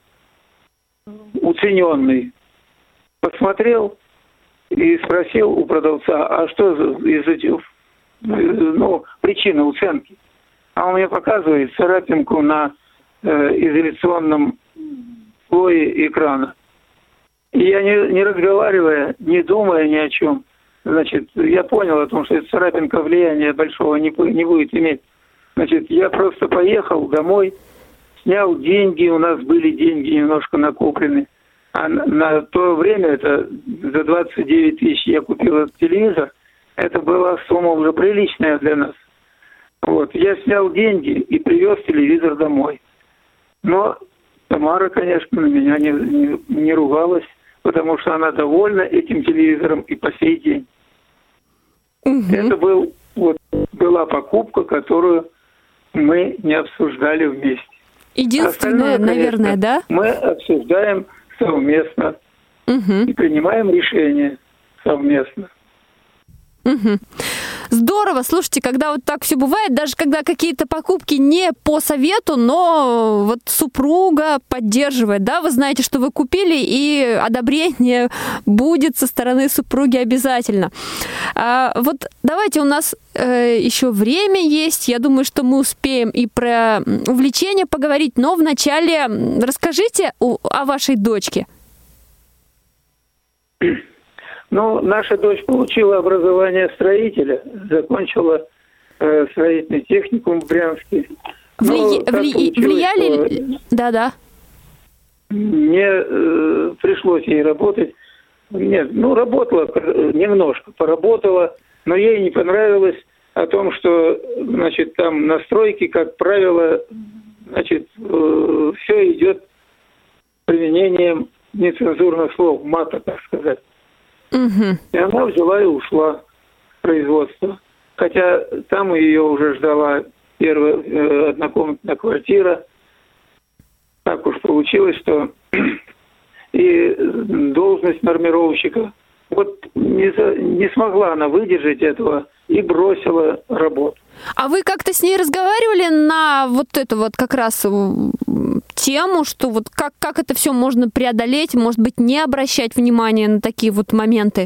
уцененный. Посмотрел и спросил у продавца: а что из-за, ну, причина уценки? А он мне показывает царапинку на э, изоляционном слое экрана. И я, не, не разговаривая, не думая ни о чем, значит, я понял о том, что эта царапинка влияния большого не, не будет иметь. Значит, я просто поехал домой, снял деньги, у нас были деньги немножко накоплены. А на, на то время, это за двадцать девять тысяч я купил этот телевизор, это была сумма уже приличная для нас. Вот, я снял деньги и привез телевизор домой. Но Тамара, конечно, на меня не, не, не ругалась, потому что она довольна этим телевизором и по сей день. Угу. Это был, вот, была покупка, которую мы не обсуждали вместе. Единственное, наверное, да? Мы обсуждаем совместно угу. и принимаем решения совместно. Угу. Здорово, слушайте, когда вот так все бывает, даже когда какие-то покупки не по совету, но вот супруга поддерживает, да, вы знаете, что вы купили, и одобрение будет со стороны супруги обязательно. А вот давайте, у нас э, еще время есть, я думаю, что мы успеем и про увлечение поговорить, но вначале расскажите о, о вашей дочке. Ну, наша дочь получила образование строителя, закончила э, строительный техникум в Брянске. Вли... Вли... Влияли? Да-да. Мне э, пришлось ей работать. Нет, ну, работала немножко, поработала, но ей не понравилось о том, что, значит, там на стройке, как правило, значит, э, все идет применением нецензурных слов, мата, так сказать. Угу. И она взяла и ушла в производство. Хотя там ее уже ждала первая э, однокомнатная квартира. Так уж получилось, что и должность нормировщика. Вот не, за, не смогла она выдержать этого и бросила работу. А вы как-то с ней разговаривали на вот эту вот как раз тему, что вот как, как это все можно преодолеть, может быть, не обращать внимания на такие вот моменты?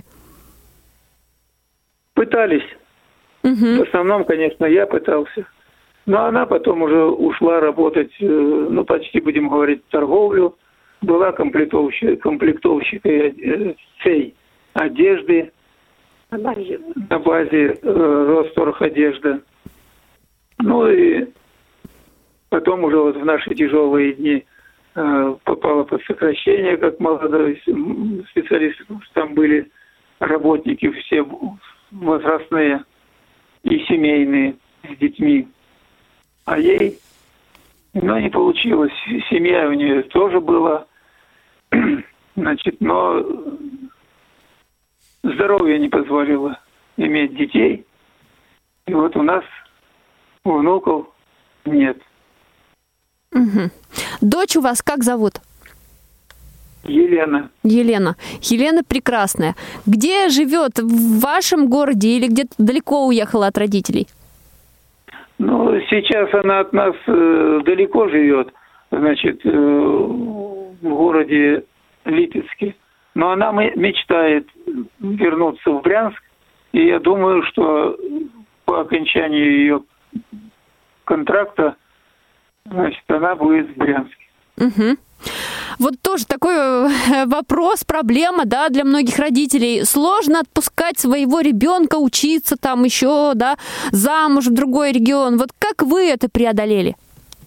Пытались. Угу. В основном, конечно, я пытался. Но она потом уже ушла работать, ну, почти, будем говорить, в торговлю. Была комплектовщикой, комплектовщикой всей одежды на базе, на базе э, Росторгодежда. Ну и потом уже вот в наши тяжелые дни э, попала под сокращение, как молодой специалист. Там были работники все возрастные и семейные с детьми. А ей, ну, не получилось. Семья у нее тоже была. Значит, но здоровье не позволило иметь детей. И вот у нас внуков нет. Угу. Дочь у вас как зовут? Елена. Елена. Елена прекрасная. Где живет? В вашем городе или где-то далеко уехала от родителей? Ну, сейчас она от нас э, далеко живет, значит, э, в городе Липецке. Но она мечтает вернуться в Брянск, и я думаю, что по окончании ее контракта, значит, она будет в Брянске. Угу. Вот тоже такой вопрос, проблема, да, для многих родителей. Сложно отпускать своего ребенка учиться там еще, да, замуж в другой регион. Вот как вы это преодолели?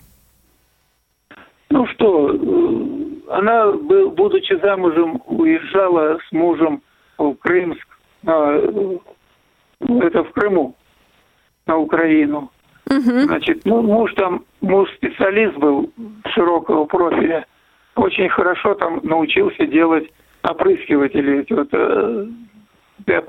Ну что, она, будучи замужем, уезжала с мужем в Крымск, это в Крыму, на Украину. Угу. Значит, ну, муж там, муж специалист был широкого профиля, очень хорошо там научился делать опрыскиватели вот, для,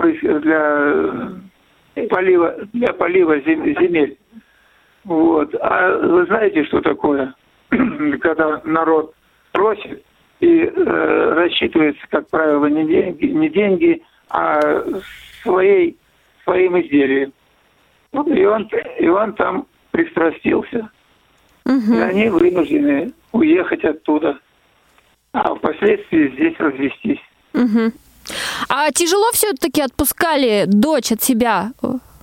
для полива, для полива земель. Вот. А вы знаете, что такое, когда народ просит и э, рассчитывается, как правило, не деньги, не деньги, а своей, своим изделием. Вот, и он, и он там пристрастился. Угу. И они вынуждены уехать оттуда, а впоследствии здесь развестись. Угу. А тяжело все-таки отпускали дочь от себя?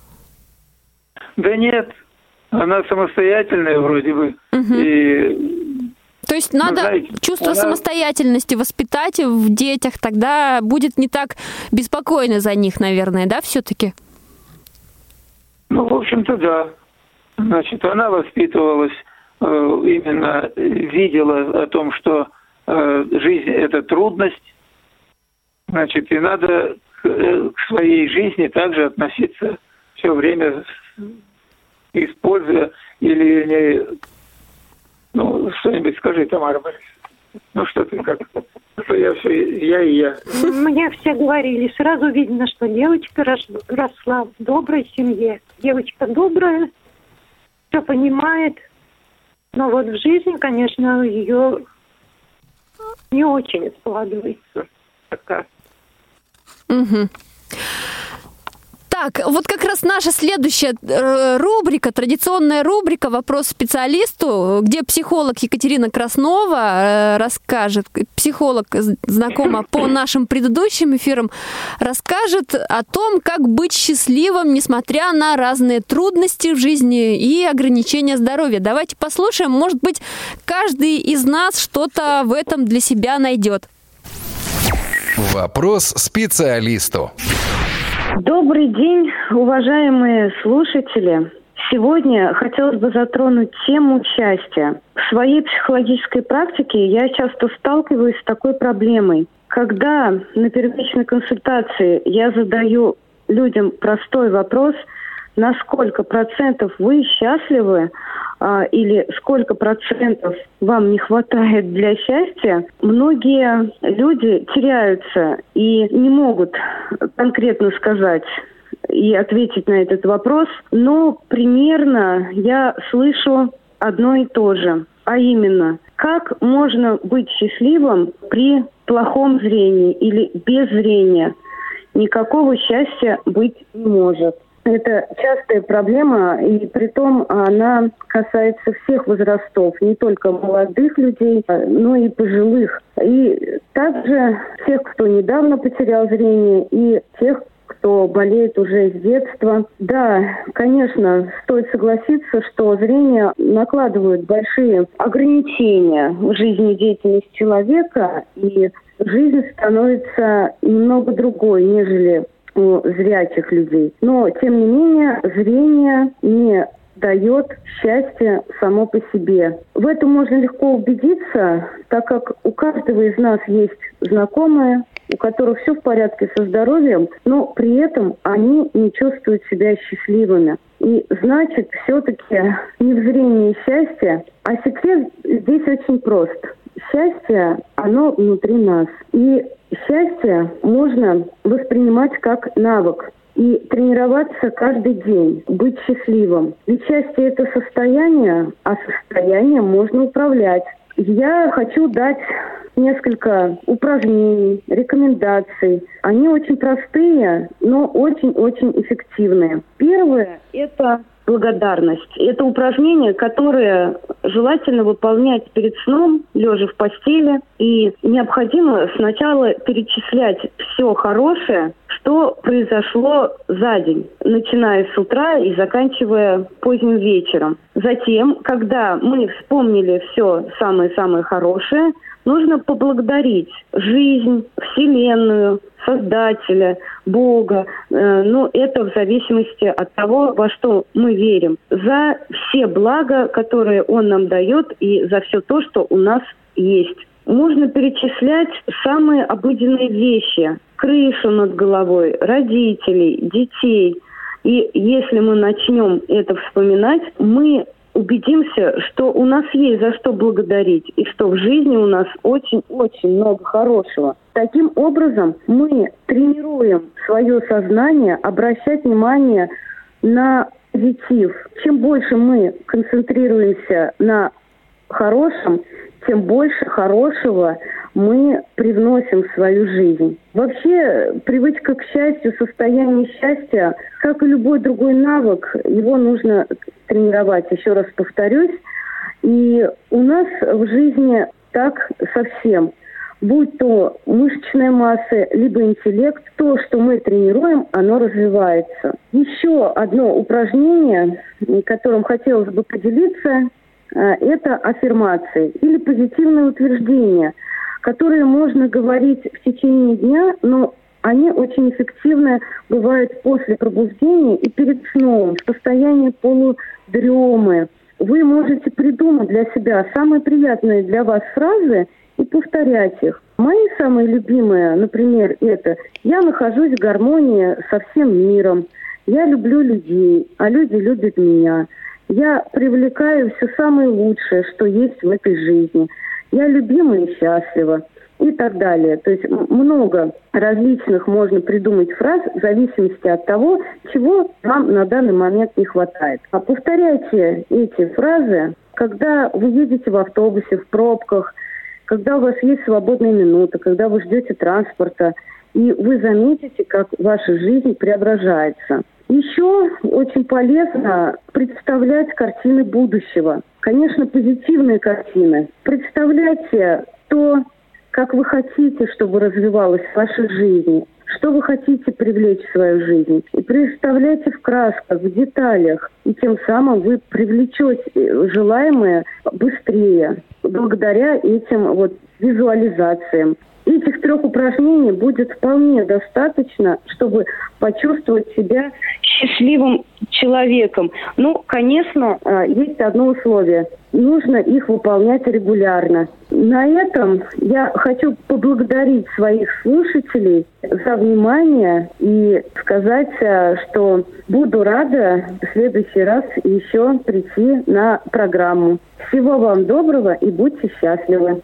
Да нет, она самостоятельная вроде бы. Угу. И, то есть надо, знаете, чувство она... самостоятельности воспитать в детях, тогда будет не так беспокойно за них, наверное, да, все-таки? Ну, в общем-то, да. Значит, она воспитывалась именно видела о том, что жизнь – это трудность, значит, и надо к своей жизни также относиться все время, используя или не... Ну, что-нибудь скажи, Тамара Борисовна. Ну, что ты как? Что я все, я и я. Мне все говорили, сразу видно, что девочка росла в доброй семье. Девочка добрая, все понимает. Но вот в жизни, конечно, ее не очень складывается пока. Угу. Так, вот как раз наша следующая рубрика, традиционная рубрика «Вопрос специалисту», где психолог Екатерина Краснова расскажет, психолог знакома по нашим предыдущим эфирам, расскажет о том, как быть счастливым, несмотря на разные трудности в жизни и ограничения здоровья. Давайте послушаем, может быть, каждый из нас что-то в этом для себя найдет. Вопрос специалисту. Добрый день, уважаемые слушатели. Сегодня хотелось бы затронуть тему счастья. В своей психологической практике я часто сталкиваюсь с такой проблемой. Когда на первичной консультации я задаю людям простой вопрос, на сколько процентов вы счастливы, а, или сколько процентов вам не хватает для счастья, многие люди теряются и не могут конкретно сказать и ответить на этот вопрос, но примерно я слышу одно и то же, а именно, как можно быть счастливым при плохом зрении или без зрения? Никакого счастья быть не может. Это частая проблема, и притом она касается всех возрастов, не только молодых людей, но и пожилых. И также тех, кто недавно потерял зрение, и тех, кто болеет уже с детства. Да, конечно, стоит согласиться, что зрение накладывает большие ограничения в жизнедеятельности человека, и жизнь становится немного другой, нежели у зрячих людей. Но, тем не менее, зрение не дает счастья само по себе. В этом можно легко убедиться, так как у каждого из нас есть знакомые, у которых все в порядке со здоровьем, но при этом они не чувствуют себя счастливыми. И значит, все-таки не в зрении счастья, а секрет здесь очень прост. Счастье, оно внутри нас. И счастье можно воспринимать как навык и тренироваться каждый день, быть счастливым. Ведь счастье – это состояние, а состоянием можно управлять. Я хочу дать несколько упражнений, рекомендаций. Они очень простые, но очень-очень эффективные. Первое – это благодарность. Это упражнение, которое желательно выполнять перед сном, лежа в постели. И необходимо сначала перечислять все хорошее, что произошло за день, начиная с утра и заканчивая поздним вечером. Затем, когда мы вспомнили все самое-самое хорошее, нужно поблагодарить жизнь, Вселенную, Создателя, Бога. Э, ну, это в зависимости от того, во что мы верим. За все блага, которые Он нам дает, и за все то, что у нас есть. Можно перечислять самые обыденные вещи. Крышу над головой, родителей, детей. И если мы начнем это вспоминать, мы убедимся, что у нас есть за что благодарить, и что в жизни у нас очень-очень много хорошего. Таким образом, мы тренируем свое сознание обращать внимание на позитив. Чем больше мы концентрируемся на хорошем, тем больше хорошего мы привносим в свою жизнь. Вообще, привычка к счастью, состояние счастья, как и любой другой навык, его нужно тренировать, еще раз повторюсь. И у нас в жизни так совсем. Будь то мышечная масса, либо интеллект, то, что мы тренируем, оно развивается. Еще одно упражнение, которым хотелось бы поделиться, это аффирмации или позитивные утверждения, которые можно говорить в течение дня, но они очень эффективны бывают после пробуждения и перед сном, в состоянии полудремы. вы можете придумать для себя самые приятные для вас фразы и повторять их. Мои самые любимые, например, это «Я нахожусь в гармонии со всем миром», «Я люблю людей, а люди любят меня», «Я привлекаю все самое лучшее, что есть в этой жизни», «Я любима и счастлива» и так далее. То есть много различных можно придумать фраз в зависимости от того, чего вам на данный момент не хватает. А повторяйте эти фразы, когда вы едете в автобусе, в пробках, когда у вас есть свободная минута, когда вы ждете транспорта, и вы заметите, как ваша жизнь преображается. Еще очень полезно представлять картины будущего. Конечно, позитивные картины. Представляйте то, как вы хотите, чтобы развивалась ваша жизнь, что вы хотите привлечь в свою жизнь. И представляйте в красках, в деталях, и тем самым вы привлечете желаемое быстрее, благодаря этим вот визуализациям. Этих трех упражнений будет вполне достаточно, чтобы почувствовать себя счастливым человеком. Ну, конечно, есть одно условие. Нужно их выполнять регулярно. На этом я хочу поблагодарить своих слушателей за внимание и сказать, что буду рада в следующий раз еще прийти на программу. Всего вам доброго и будьте счастливы.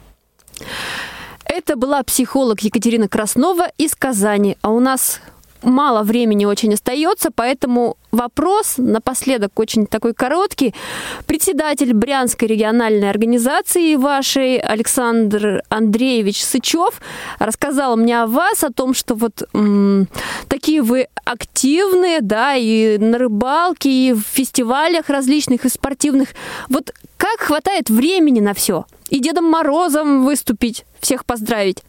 Это была психолог Екатерина Краснова из Казани. А у нас мало времени очень остается, поэтому вопрос напоследок очень такой короткий. Председатель Брянской региональной организации вашей Александр Андреевич Сычев рассказал мне о вас, о том, что вот м- такие вы активные, да, и на рыбалке, и в фестивалях различных, и спортивных. Вот как хватает времени на все? И Дедом Морозом выступить, всех поздравить?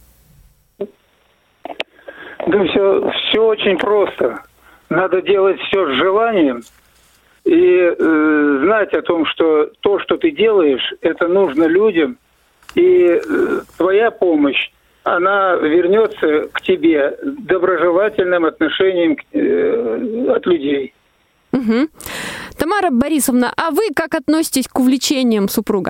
Да все, все очень просто. Надо делать все с желанием и э, знать о том, что то, что ты делаешь, это нужно людям, и э, твоя помощь, она вернется к тебе доброжелательным отношением э, от людей. Угу. Тамара Борисовна, а вы как относитесь к увлечениям супруга?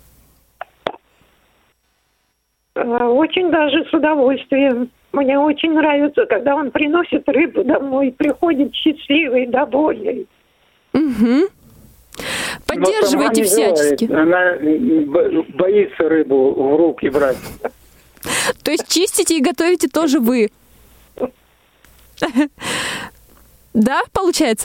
Очень даже с удовольствием. Мне очень нравится, когда он приносит рыбу домой, приходит счастливый, довольный. Угу. Поддерживайте всячески. Она боится рыбу в руки брать. То есть чистите и готовите тоже вы? Да, получается?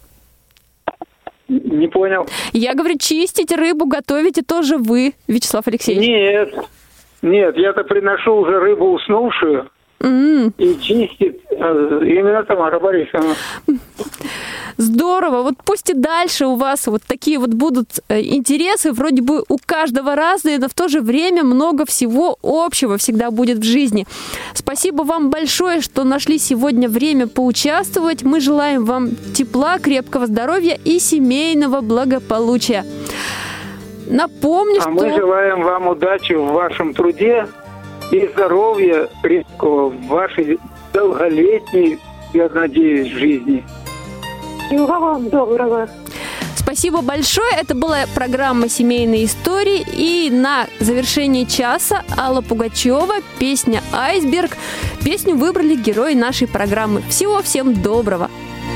Не понял. Я говорю, чистить рыбу готовите тоже вы, Вячеслав Алексеевич? Нет, нет, я-то приношу уже рыбу уснувшую. Mm. И чистит именно Тамара Борисовна. Здорово. Вот пусть и дальше у вас вот такие вот будут интересы, вроде бы у каждого разные, но в то же время много всего общего всегда будет в жизни. Спасибо вам большое, что нашли сегодня время поучаствовать. Мы желаем вам тепла, крепкого здоровья и семейного благополучия. Напомню, а что... мы желаем вам удачи в вашем труде и здоровья крепкого в вашей долголетней, я надеюсь, жизни. Всего вам доброго. Спасибо большое. Это была программа «Семейные истории». И на завершение часа Алла Пугачева, песня «Айсберг». Песню выбрали герои нашей программы. Всего всем доброго.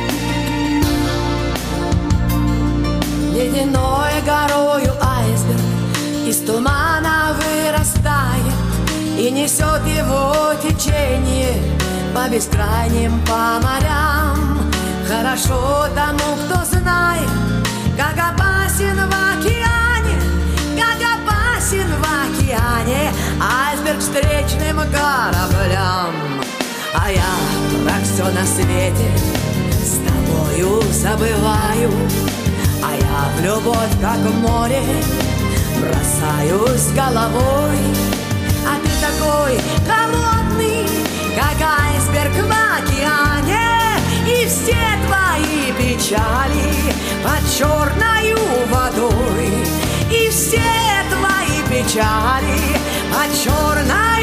Ледяной горою айсберг из тумана вырастает и несет его течение по бескрайним по морям. Хорошо тому, кто знает, как опасен в океане, как опасен в океане айсберг встречным кораблям. А я про все на свете с тобою забываю, а я в любовь, как в море, бросаюсь головой. А ты такой холодный, как айсберг в океане, и все твои печали под черною водой, и все твои печали под черной